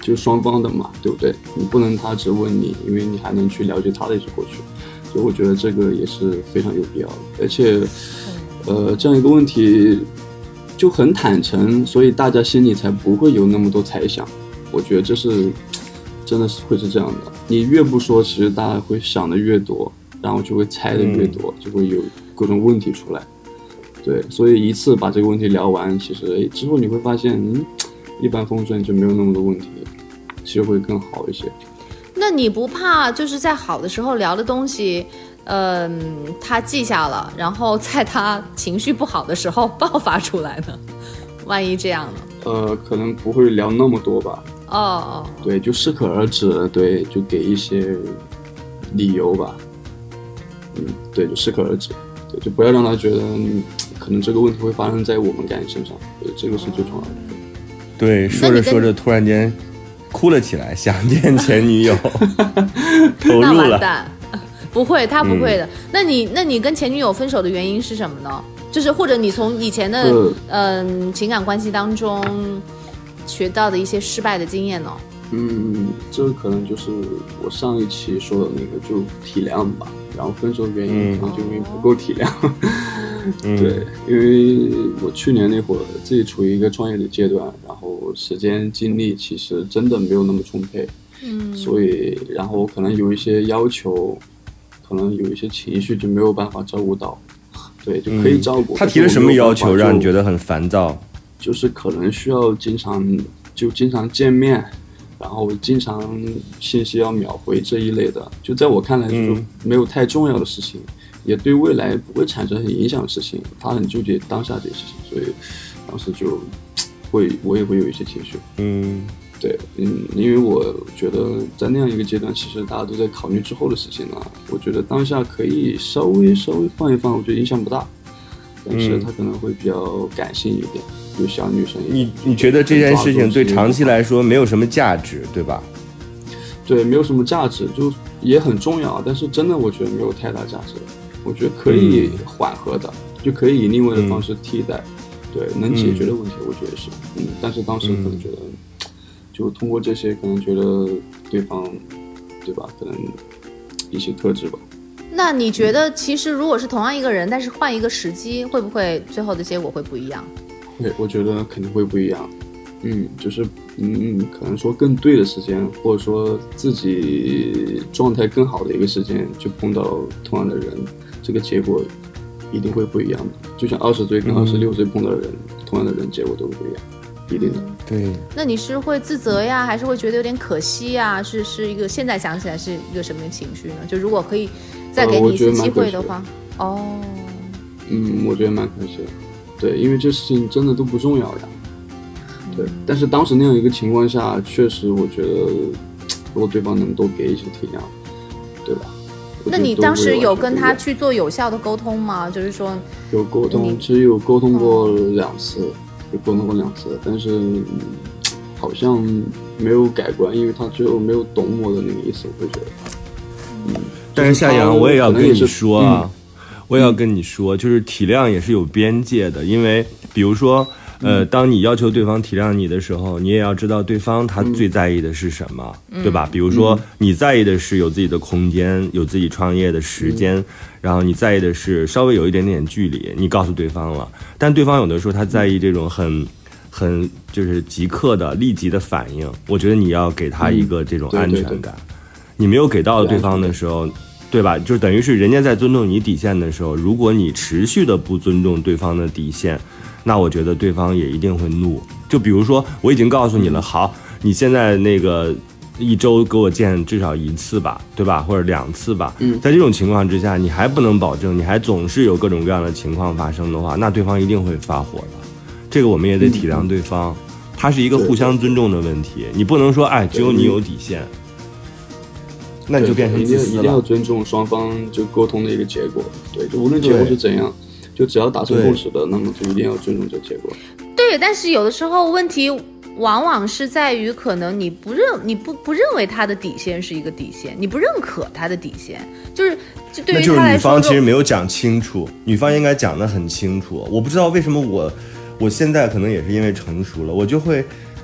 就双方的嘛，对不对？你不能他只问你，因为你还能去了解他的一些过去，所以我觉得这个也是非常有必要的。而且，呃，这样一个问题就很坦诚，所以大家心里才不会有那么多猜想。我觉得这是真的是会是这样的。你越不说，其实大家会想的越多，然后就会猜的越多，就会有各种问题出来。对，所以一次把这个问题聊完，其实诶之后你会发现，嗯，一帆风顺就没有那么多问题，其实会更好一些。 那你不怕就是在好的时候聊的东西，嗯、呃，他记下了，然后在他情绪不好的时候爆发出来呢？万一这样呢？ 呃，可能不会聊那么多吧。 哦哦， 对，就适可而止，对，就给一些理由吧。嗯，对，就适可而止，对，就不要让他觉得。嗯可能这个问题会发生在我们感情身上，对，这个是最重要的。 对，说着说着突然间哭了起来，想见前女友，投入了。 那完蛋，不会，他不会的。嗯、那你那你跟前女友分手的原因是什么呢？就是或者你从以前的嗯、呃、情感关系当中学到的一些失败的经验呢？ 嗯，这个可能就是我上一期说的那个，就体谅吧。然后分手的原因可能就因为不够体谅。 嗯、 对，因为我去年那会儿自己处于一个创业的阶段，然后时间精力其实真的没有那么充沛， 嗯， 所以然后可能有一些要求，可能有一些情绪就没有办法照顾到，对，就可以照顾。 嗯、他提了什么要求让你觉得很烦躁？ 就是可能需要经常就经常见面，然后经常信息要秒回这一类的，就在我看来就是没有太重要的事情。嗯，也对未来不会产生很影响的事情，他很纠结当下这些事情，所以当时就会我也会有一些情绪。 嗯， 对，嗯，因为我觉得在那样一个阶段，其实大家都在考虑之后的事情呢。我觉得当下可以稍微稍微放一放，我觉得影响不大，但是他可能会比较感性一点，有小女生一点。 你你觉得这件事情对长期来说没有什么价值，对吧？ 对，没有什么价值，就也很重要，但是真的我觉得没有太大价值。我觉得可以缓和的，嗯、就可以以另外的方式替代，嗯、对，能解决的问题，我觉得是，嗯，但是当时可能觉得，嗯、就通过这些，可能觉得对方，对吧？可能一些特质吧。 那你觉得，其实如果是同样一个人，但是换一个时机，会不会最后的结果会不一样？ 对，我觉得肯定会不一样。嗯，就是嗯，可能说更对的时间，或者说自己状态更好的一个时间，就碰到同样的人。这个结果一定会不一样的，就像二十岁跟二十六岁碰到的人，嗯、同样的人结果都不一样，一定的。 对。 那你是会自责呀，还是会觉得有点可惜呀？是是一个现在想起来是一个什么情绪呢？就如果可以再给你一次机会的话，呃、哦。 嗯，我觉得蛮可惜的。对，因为这事情真的都不重要呀。对，嗯、但是当时那样一个情况下，确实我觉得，如果对方能多给一些体谅，对吧？ 那你当时有跟他去做有效的沟通吗？就是说有沟通，其实有沟通过两次，哦、有沟通过两次，但是、嗯、好像没有改观，因为他最后没有懂我的那个意思，我会觉得。 嗯，但是夏阳，我也要跟你说啊，嗯、我也要跟你说，就是体谅也是有边界的，因为比如说。呃，当你要求对方体谅你的时候，你也要知道对方他最在意的是什么，嗯、对吧？比如说你在意的是有自己的空间，有自己创业的时间，嗯、然后你在意的是稍微有一点点距离，你告诉对方了，但对方有的时候他在意这种很很就是即刻的立即的反应，我觉得你要给他一个这种安全感。嗯、对对对，你没有给到对方的时候，对吧？就等于是人家在尊重你底线的时候，如果你持续的不尊重对方的底线，那我觉得对方也一定会怒。就比如说我已经告诉你了，好，你现在那个一周给我见至少一次吧，对吧？或者两次吧。嗯，在这种情况之下，你还不能保证，你还总是有各种各样的情况发生的话，那对方一定会发火的。这个我们也得体谅对方，嗯、它是一个互相尊重的问题。你不能说，哎，只有你有底线，那你就变成自私了。 一定要尊重双方就沟通的一个结果。对，就无论结果是怎样。就只要达成共识的，那么就一定要尊重这结果。 对，但是有的时候问题往往是在于，可能你不认你不不认为他的底线是一个底线，你不认可他的底线，就是就对于他来说， 那就是女方其实没有讲清楚，女方应该讲得很清楚。我不知道为什么我我现在可能也是因为成熟了，我就会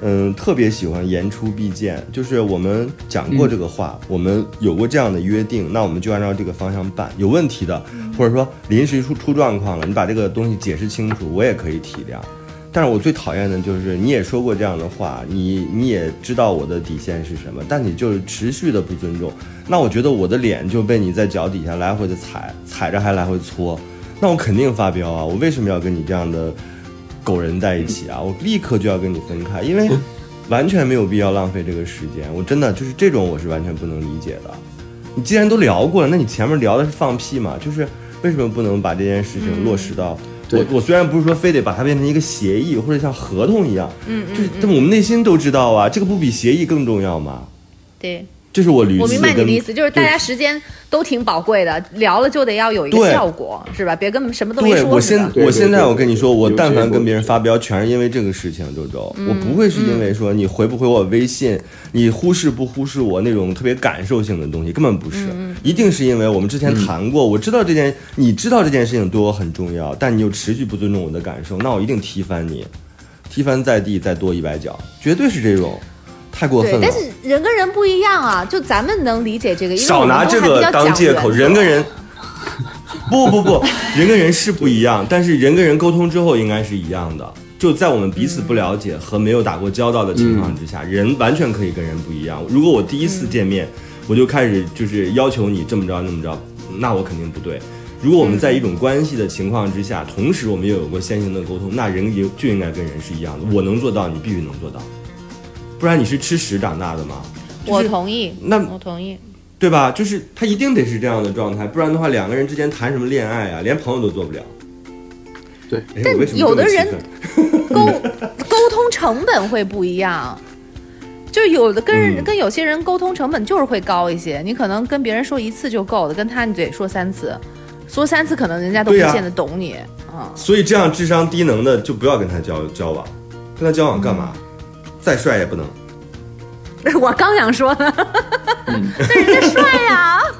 嗯，特别喜欢言出必践，就是我们讲过这个话、嗯、我们有过这样的约定，那我们就按照这个方向办。有问题的，或者说临时出出状况了，你把这个东西解释清楚，我也可以体谅。但是我最讨厌的就是你也说过这样的话，你你也知道我的底线是什么，但你就是持续的不尊重，那我觉得我的脸就被你在脚底下来回的踩，踩着还来回搓，那我肯定发飙啊！我为什么要跟你这样的狗人在一起啊？我立刻就要跟你分开，因为完全没有必要浪费这个时间。我真的就是这种我是完全不能理解的。你既然都聊过了，那你前面聊的是放屁嘛？就是为什么不能把这件事情落实到、嗯、我我虽然不是说非得把它变成一个协议或者像合同一样，嗯嗯，就是但我们内心都知道啊，这个不比协议更重要吗？ 对。 这是我捋， 我明白你的意思，就是大家时间都挺宝贵的，聊了就得要有一个效果，是吧？别跟什么都没说。 对，我现我现在我跟你说，我但凡跟别人发飙，全是因为这个事情，周周、嗯，我不会是因为说你回不回我微信，嗯、你忽视不忽视我那种特别感受性的东西，根本不是，嗯、一定是因为我们之前谈过，嗯、我知道这件，你知道这件事情对我很重要，但你又持续不尊重我的感受，那我一定踢翻你，踢翻在地再多一百脚，绝对是这种。太过分了， 但是人跟人不一样啊，就咱们能理解这个，因为少拿这个当借口。人跟人，不不不，人跟人是不一样，但是人跟人沟通之后应该是一样的。就在我们彼此不了解和没有打过交道的情况之下，嗯、人完全可以跟人不一样。如果我第一次见面，嗯、我就开始就是要求你这么着那么着，那我肯定不对。如果我们在一种关系的情况之下，同时我们又有过先行的沟通，那人就应该跟人是一样的。我能做到，你必须能做到。不然你是吃屎长大的吗？就是、 我同意， 那我同意， 对吧？就是他一定得是这样的状态，不然的话，两个人之间谈什么恋爱啊，连朋友都做不了。 对， 但有的人沟沟通成本会不一样，就有的跟人、嗯、跟有些人沟通成本就是会高一些。你可能跟别人说一次就够了，跟他你得说三次，说三次可能人家都不见得懂你啊、嗯。 所以这样智商低能的就不要跟他交交往，跟他交往干嘛？嗯再帅也不能， 我刚想说呢，嗯、但人家帅呀、啊，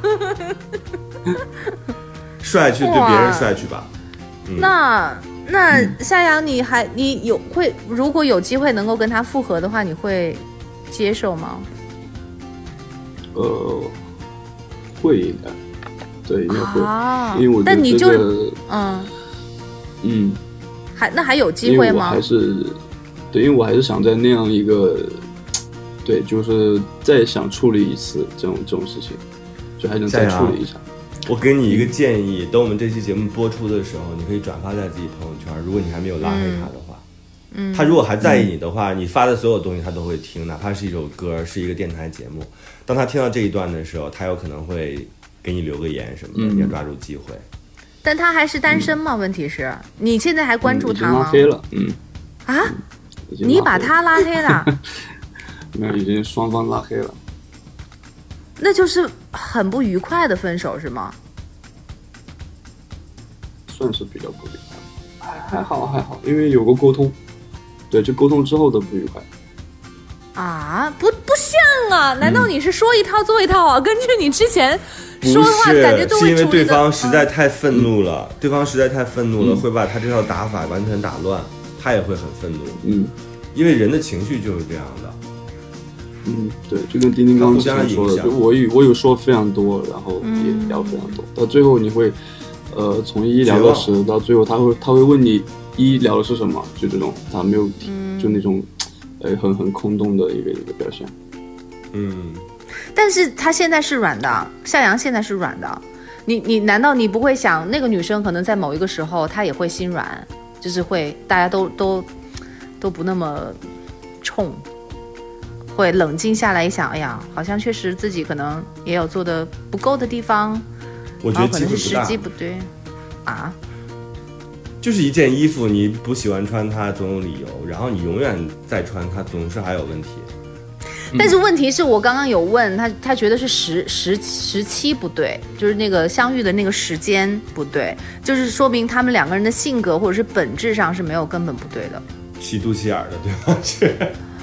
帅去对别人帅去吧。 嗯、那那夏阳，你还你有会如果有机会能够跟他复合的话，你会接受吗？ 呃，会应该，对，应该会， 啊、 因为我、这个、 但你就嗯嗯， 还那还有机会吗？ 还是。对，因为我还是想在那样一个，对，就是再想处理一次这种这种事情，就还能再处理一下。 我给你一个建议，等我们这期节目播出的时候，你可以转发在自己朋友圈。如果你还没有拉黑他的话，嗯，他如果还在意你的话，嗯、你发的所有东西他都会听，哪怕是一首歌，是一个电台节目。当他听到这一段的时候，他有可能会给你留个言什么的，嗯、你要抓住机会。 但他还是单身吗？嗯、问题是，你现在还关注他吗？ 嗯、拉黑了，嗯。 啊？你把他拉黑了？ 没有，已经双方拉黑了。 那就是很不愉快的分手是吗？ 算是比较不愉快，还还好还好，因为有过沟通。对，就沟通之后的不愉快。 啊，不不像啊！难道你是说一套做一套啊？嗯、根据你之前说的话，感觉都会是因为对方实在太愤怒了，嗯、对方实在太愤怒了，嗯、会把他这套打法完全打乱。他也会很愤怒，嗯，因为人的情绪就是这样的， 嗯，对，就跟丁丁刚刚说的，就我有我有说非常多，然后也聊非常多，嗯、到最后你会，呃，从一聊到十，到最后他会他会问你一聊的是什么，就这种他没有，嗯、就那种，呃，很很空洞的一个一个表现， 嗯， 但是他现在是软的，夏阳现在是软的，你你难道你不会想那个女生可能在某一个时候她也会心软？就是会，大家都都都不那么冲，会冷静下来一想，哎呀，好像确实自己可能也有做的不够的地方， 我觉得可能是时机不对啊。 就是一件衣服，你不喜欢穿它总有理由，然后你永远再穿它，总是还有问题。 但是问题是我刚刚有问他，他觉得是时时时期不对，就是那个相遇的那个时间不对，就是说明他们两个人的性格或者是本质上是没有根本不对的。 起肚脐眼的，对吧？是。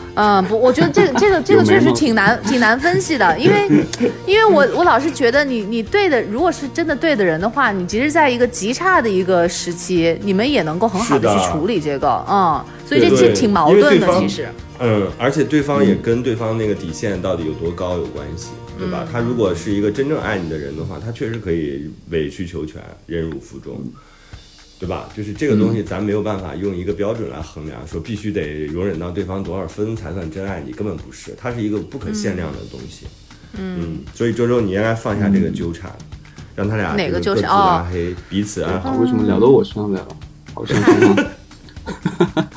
嗯，不，我觉得这个这个这个确实挺难挺难分析的，因为因为我我老是觉得你你对的，如果是真的对的人的话，你即使在一个极差的一个时期，你们也能够很好的去处理这个，嗯，所以这是挺矛盾的，其实。 嗯，而且对方也跟对方那个底线到底有多高有关系，嗯、对吧？他如果是一个真正爱你的人的话，他确实可以委曲求全、忍辱负重。对吧？就是这个东西，咱没有办法用一个标准来衡量，说必须得容忍到对方多少分才算真爱你，根本不是，它是一个不可限量的东西。嗯，嗯所以周周，你应该放下这个纠缠，嗯、让他俩哪个纠缠拉黑，哦、彼此安好。 为什么聊到我身上来了？好伤心啊！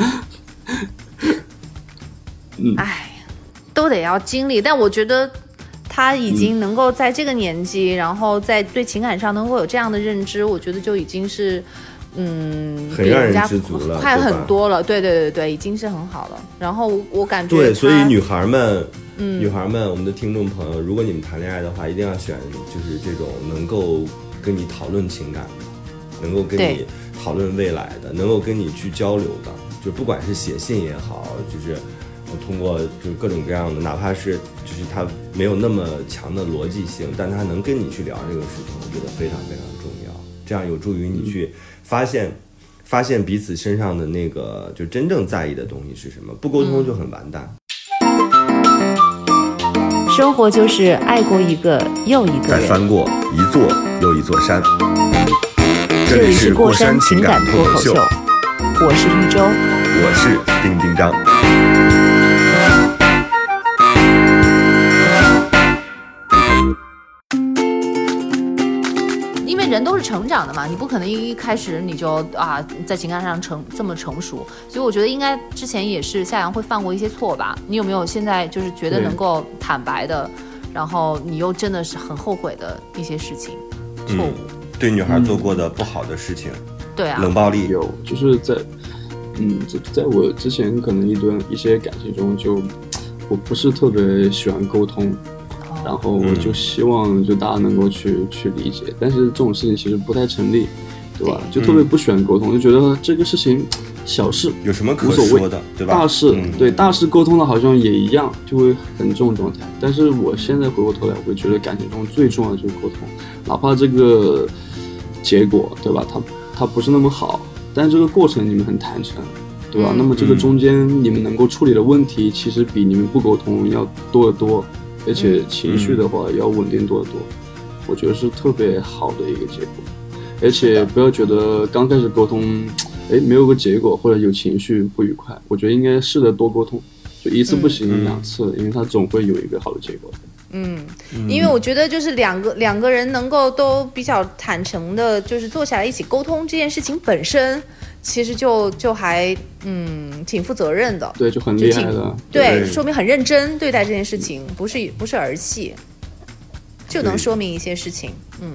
嗯，哎，都得要经历，但我觉得他已经能够在这个年纪，嗯、然后在对情感上能够有这样的认知，我觉得就已经是。嗯， 很让人知足了， 快很多了，对对对对，已经是很好了。然后我感觉对，所以女孩们，嗯，女孩们，我们的听众朋友，如果你们谈恋爱的话，一定要选就是这种能够跟你讨论情感的，能够跟你讨论未来的，能够跟你去交流的，就不管是写信也好，就是通过就是各种各样的，哪怕是就是他没有那么强的逻辑性，但他能跟你去聊这个事情，我觉得非常非常重要，这样有助于你去。发现，发现彼此身上的那个就真正在意的东西是什么？不沟通就很完蛋。 生活就是爱过一个又一个人， 再翻过一座又一座山。 这里是过山情感脱口秀，我是玉州， 我是丁丁张。 人都是成长的嘛，你不可能一开始你就啊在情感上成这么成熟，所以我觉得应该之前也是夏阳会犯过一些错吧。你有没有现在就是觉得能够坦白的，然后你又真的是很后悔的一些事情、嗯、错误？ 对女孩做过的不好的事情， 对啊， 冷暴力有，就是在嗯在在我之前可能一段一些感情中就我不是特别喜欢沟通。然后我就希望就大家能够去、嗯、去理解，但是这种事情其实不太成立，对吧？就特别不喜欢沟通，嗯、就觉得这个事情小事有什么可说的，对吧？ 大事、 嗯、 对大事沟通的好像也一样，就会很重状态。但是我现在回过头来，我会觉得感情中最重要的就是沟通，哪怕这个结果，对吧？它它不是那么好，但是这个过程你们很坦诚，对吧？嗯、那么这个中间你们能够处理的问题，其实比你们不沟通要多得多。而且情绪的话要稳定多得多，嗯、我觉得是特别好的一个结果。而且不要觉得刚开始沟通，哎，没有个结果或者有情绪不愉快，我觉得应该试着多沟通，就一次不行，嗯、两次，因为它总会有一个好的结果。 嗯，因为我觉得就是两个两个人能够都比较坦诚的，就是坐下来一起沟通这件事情本身。其实就就还嗯挺负责任的， 对，就很厉害的， 对，对说明很认真对待这件事情，不是不是儿戏，就能说明一些事情，嗯，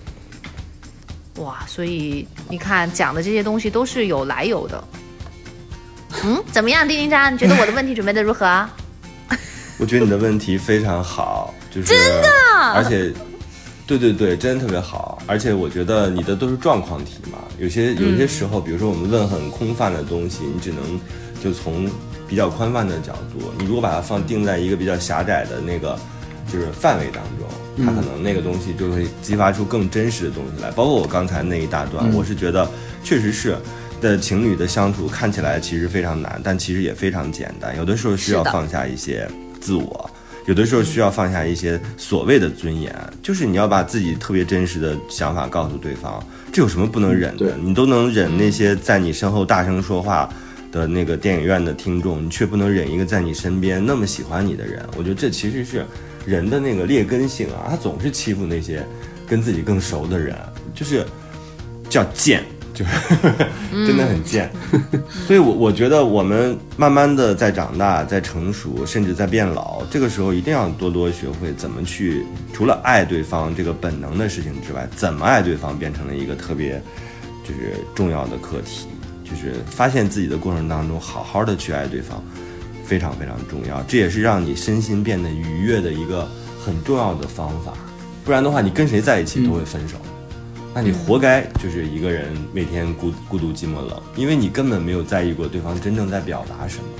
哇，所以你看讲的这些东西都是有来由的，嗯，怎么样，丁丁张，你觉得我的问题准备的如何啊？ 我觉得你的问题非常好，就是真的， 而且。对对对，真的特别好，而且我觉得你的都是状况题嘛，有些有些时候，比如说我们问很空泛的东西，你只能就从比较宽泛的角度，你如果把它放定在一个比较狭窄的那个就是范围当中，它可能那个东西就会激发出更真实的东西来。包括我刚才那一大段，我是觉得确实是的情侣的相处看起来其实非常难，但其实也非常简单，有的时候需要放下一些自我。有的时候需要放下一些所谓的尊严，就是你要把自己特别真实的想法告诉对方，这有什么不能忍的？你都能忍那些在你身后大声说话的那个电影院的听众，你却不能忍一个在你身边那么喜欢你的人。我觉得这其实是人的那个劣根性啊，他总是欺负那些跟自己更熟的人，就是叫贱。就是真的很贱，嗯、所以我我觉得我们慢慢的在长大，在成熟，甚至在变老，这个时候一定要多多学会怎么去，除了爱对方这个本能的事情之外，怎么爱对方变成了一个特别就是重要的课题，就是发现自己的过程当中，好好的去爱对方，非常非常重要，这也是让你身心变得愉悦的一个很重要的方法，不然的话，你跟谁在一起都会分手。嗯那你活该就是一个人每天孤孤独寂寞冷，因为你根本没有在意过对方真正在表达什么，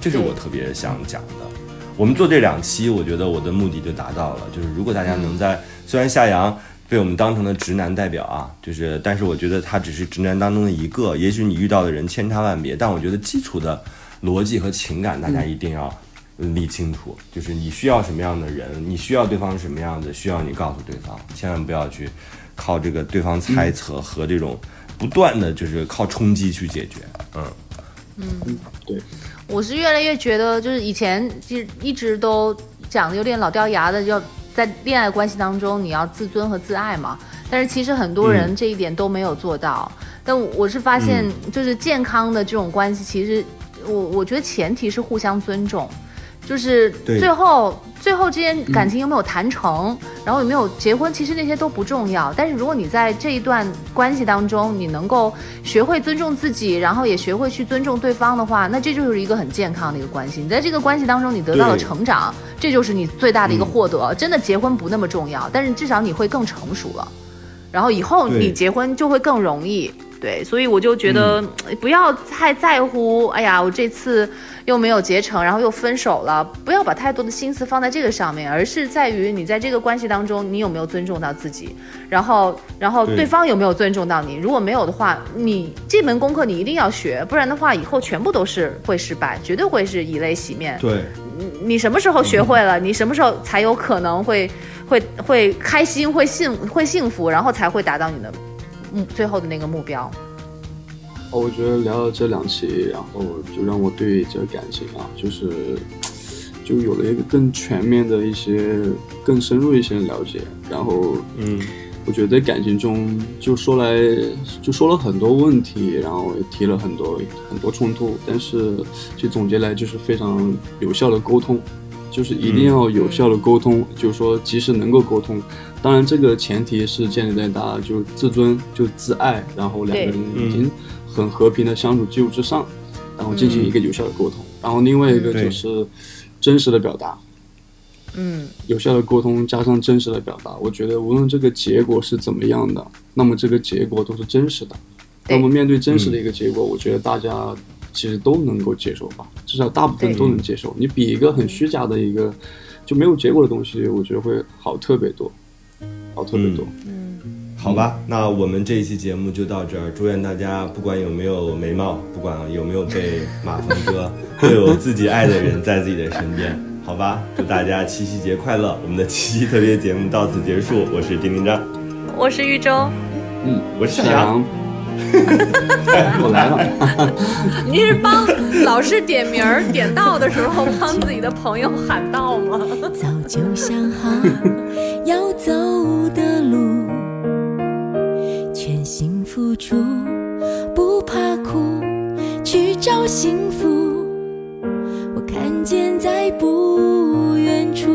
这是我特别想讲的。我们做这两期，我觉得我的目的就达到了，就是如果大家能在，虽然夏阳被我们当成了直男代表啊，就是但是我觉得他只是直男当中的一个，也许你遇到的人千差万别，但我觉得基础的逻辑和情感大家一定要理清楚，就是你需要什么样的人，你需要对方什么样的，需要你告诉对方，千万不要去靠这个对方猜测和这种不断的就是靠冲击去解决。嗯嗯， 对。 我是越来越觉得，就是以前就一直都讲的有点老掉牙的，要在恋爱关系当中你要自尊和自爱嘛。但是其实很多人这一点都没有做到。嗯、但我是发现，就是健康的这种关系，其实我我觉得前提是互相尊重。就是最后最后这件感情有没有谈成、嗯、然后有没有结婚，其实那些都不重要，但是如果你在这一段关系当中你能够学会尊重自己，然后也学会去尊重对方的话，那这就是一个很健康的一个关系。你在这个关系当中你得到了成长，这就是你最大的一个获得、嗯、真的结婚不那么重要，但是至少你会更成熟了，然后以后你结婚就会更容易。对，所以我就觉得不要太在乎、嗯、哎呀我这次又没有结成，然后又分手了，不要把太多的心思放在这个上面，而是在于你在这个关系当中你有没有尊重到自己，然后然后对方有没有尊重到你。如果没有的话，你这门功课你一定要学，不然的话以后全部都是会失败，绝对会是以泪洗面。 对， 你什么时候学会了、嗯、你什么时候才有可能会会会开心，会幸会幸福，然后才会达到你的嗯，最后的那个目标。 哦，我觉得聊了这两期，然后就让我对这个感情啊，就是就有了一个更全面的一些、更深入一些的了解。然后，嗯，我觉得在感情中就说来就说了很多问题，然后也提了很多很多冲突，但是其实总结来就是非常有效的沟通。就是一定要有效的沟通、嗯、就是说即使能够沟通，当然这个前提是建立在大家就自尊就自爱，然后两个人已经很和平的相处基础之上，然后进行一个有效的沟通、嗯、然后另外一个就是真实的表达，嗯，有效的沟通加上真实的表达，我觉得无论这个结果是怎么样的，那么这个结果都是真实的。那么面对真实的一个结果、嗯、我觉得大家其实都能够接受吧，至少大部分都能接受。你比一个很虚假的一个就没有结果的东西，我觉得会好特别多，好特别多。 嗯，好吧，那我们这一期节目就到这儿。祝愿大家不管有没有眉毛，不管有没有被马蜂蛰，都有自己爱的人在自己的身边。好吧，祝大家七夕节快乐！我们的七夕特别节目到此结束。我是丁丁张， 我是玉州， 嗯， 我是小杨。 我来了。 你是帮老师点名儿点到的时候帮自己的朋友喊到吗？ 早就想好要走的路，全心付出，不怕苦，去找幸福。我看见在不远处，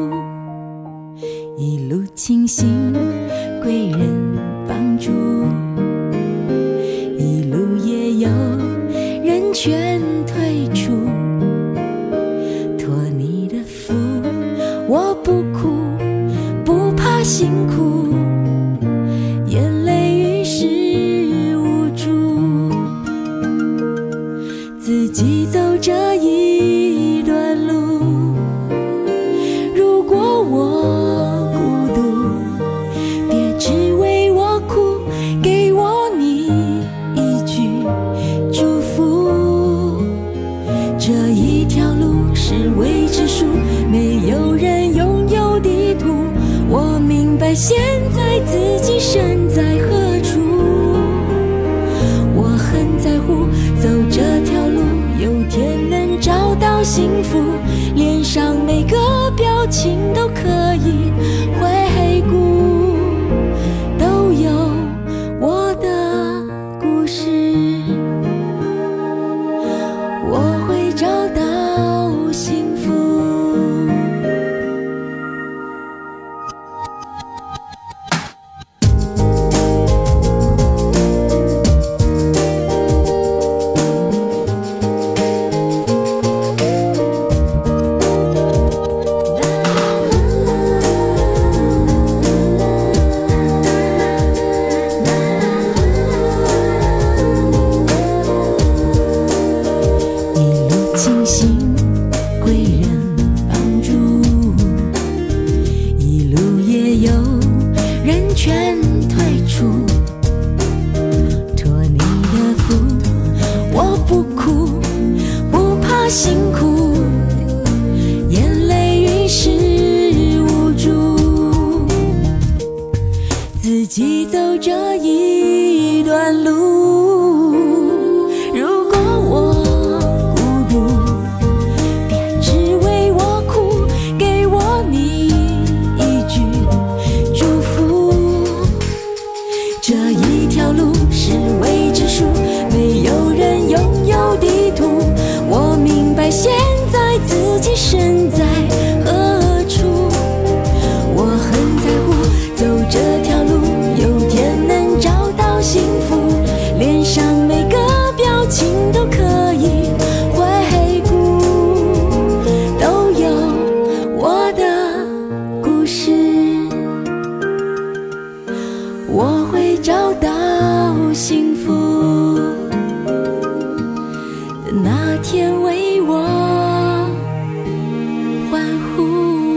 一路清醒，贵人帮助。有人劝退出，托你的福，我不哭，不怕辛苦，眼泪于事无助，自己走这一段路。如果我孤独，别只为我哭，给我你一句祝福。这一条路是未知数，没有人拥有地图。我明白现在自己身在何处，我很在乎走这条路，有天能找到幸福，脸上每个表情都可以回顾，都有我的故事，我会找到幸福。 自己走这一段路。如果我孤独，别只为我哭，给我你一句祝福。这一条路是未知数，没有人拥有地图。我明白现在自己身在何处，我很在乎走这条路有天能找到幸福，脸上每个表情都可以回顾，都有我的故事，我会找到幸福，那天为我欢呼。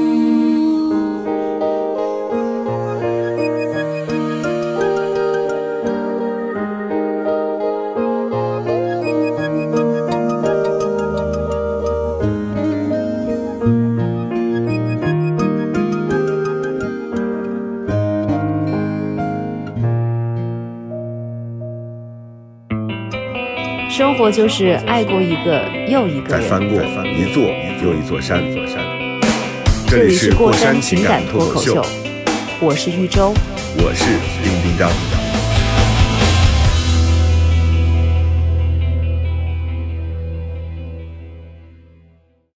生活就是爱过一个又一个人， 再翻过一座又一座山。 这里是过山情感脱口秀，我是豫州， 我是丁丁张。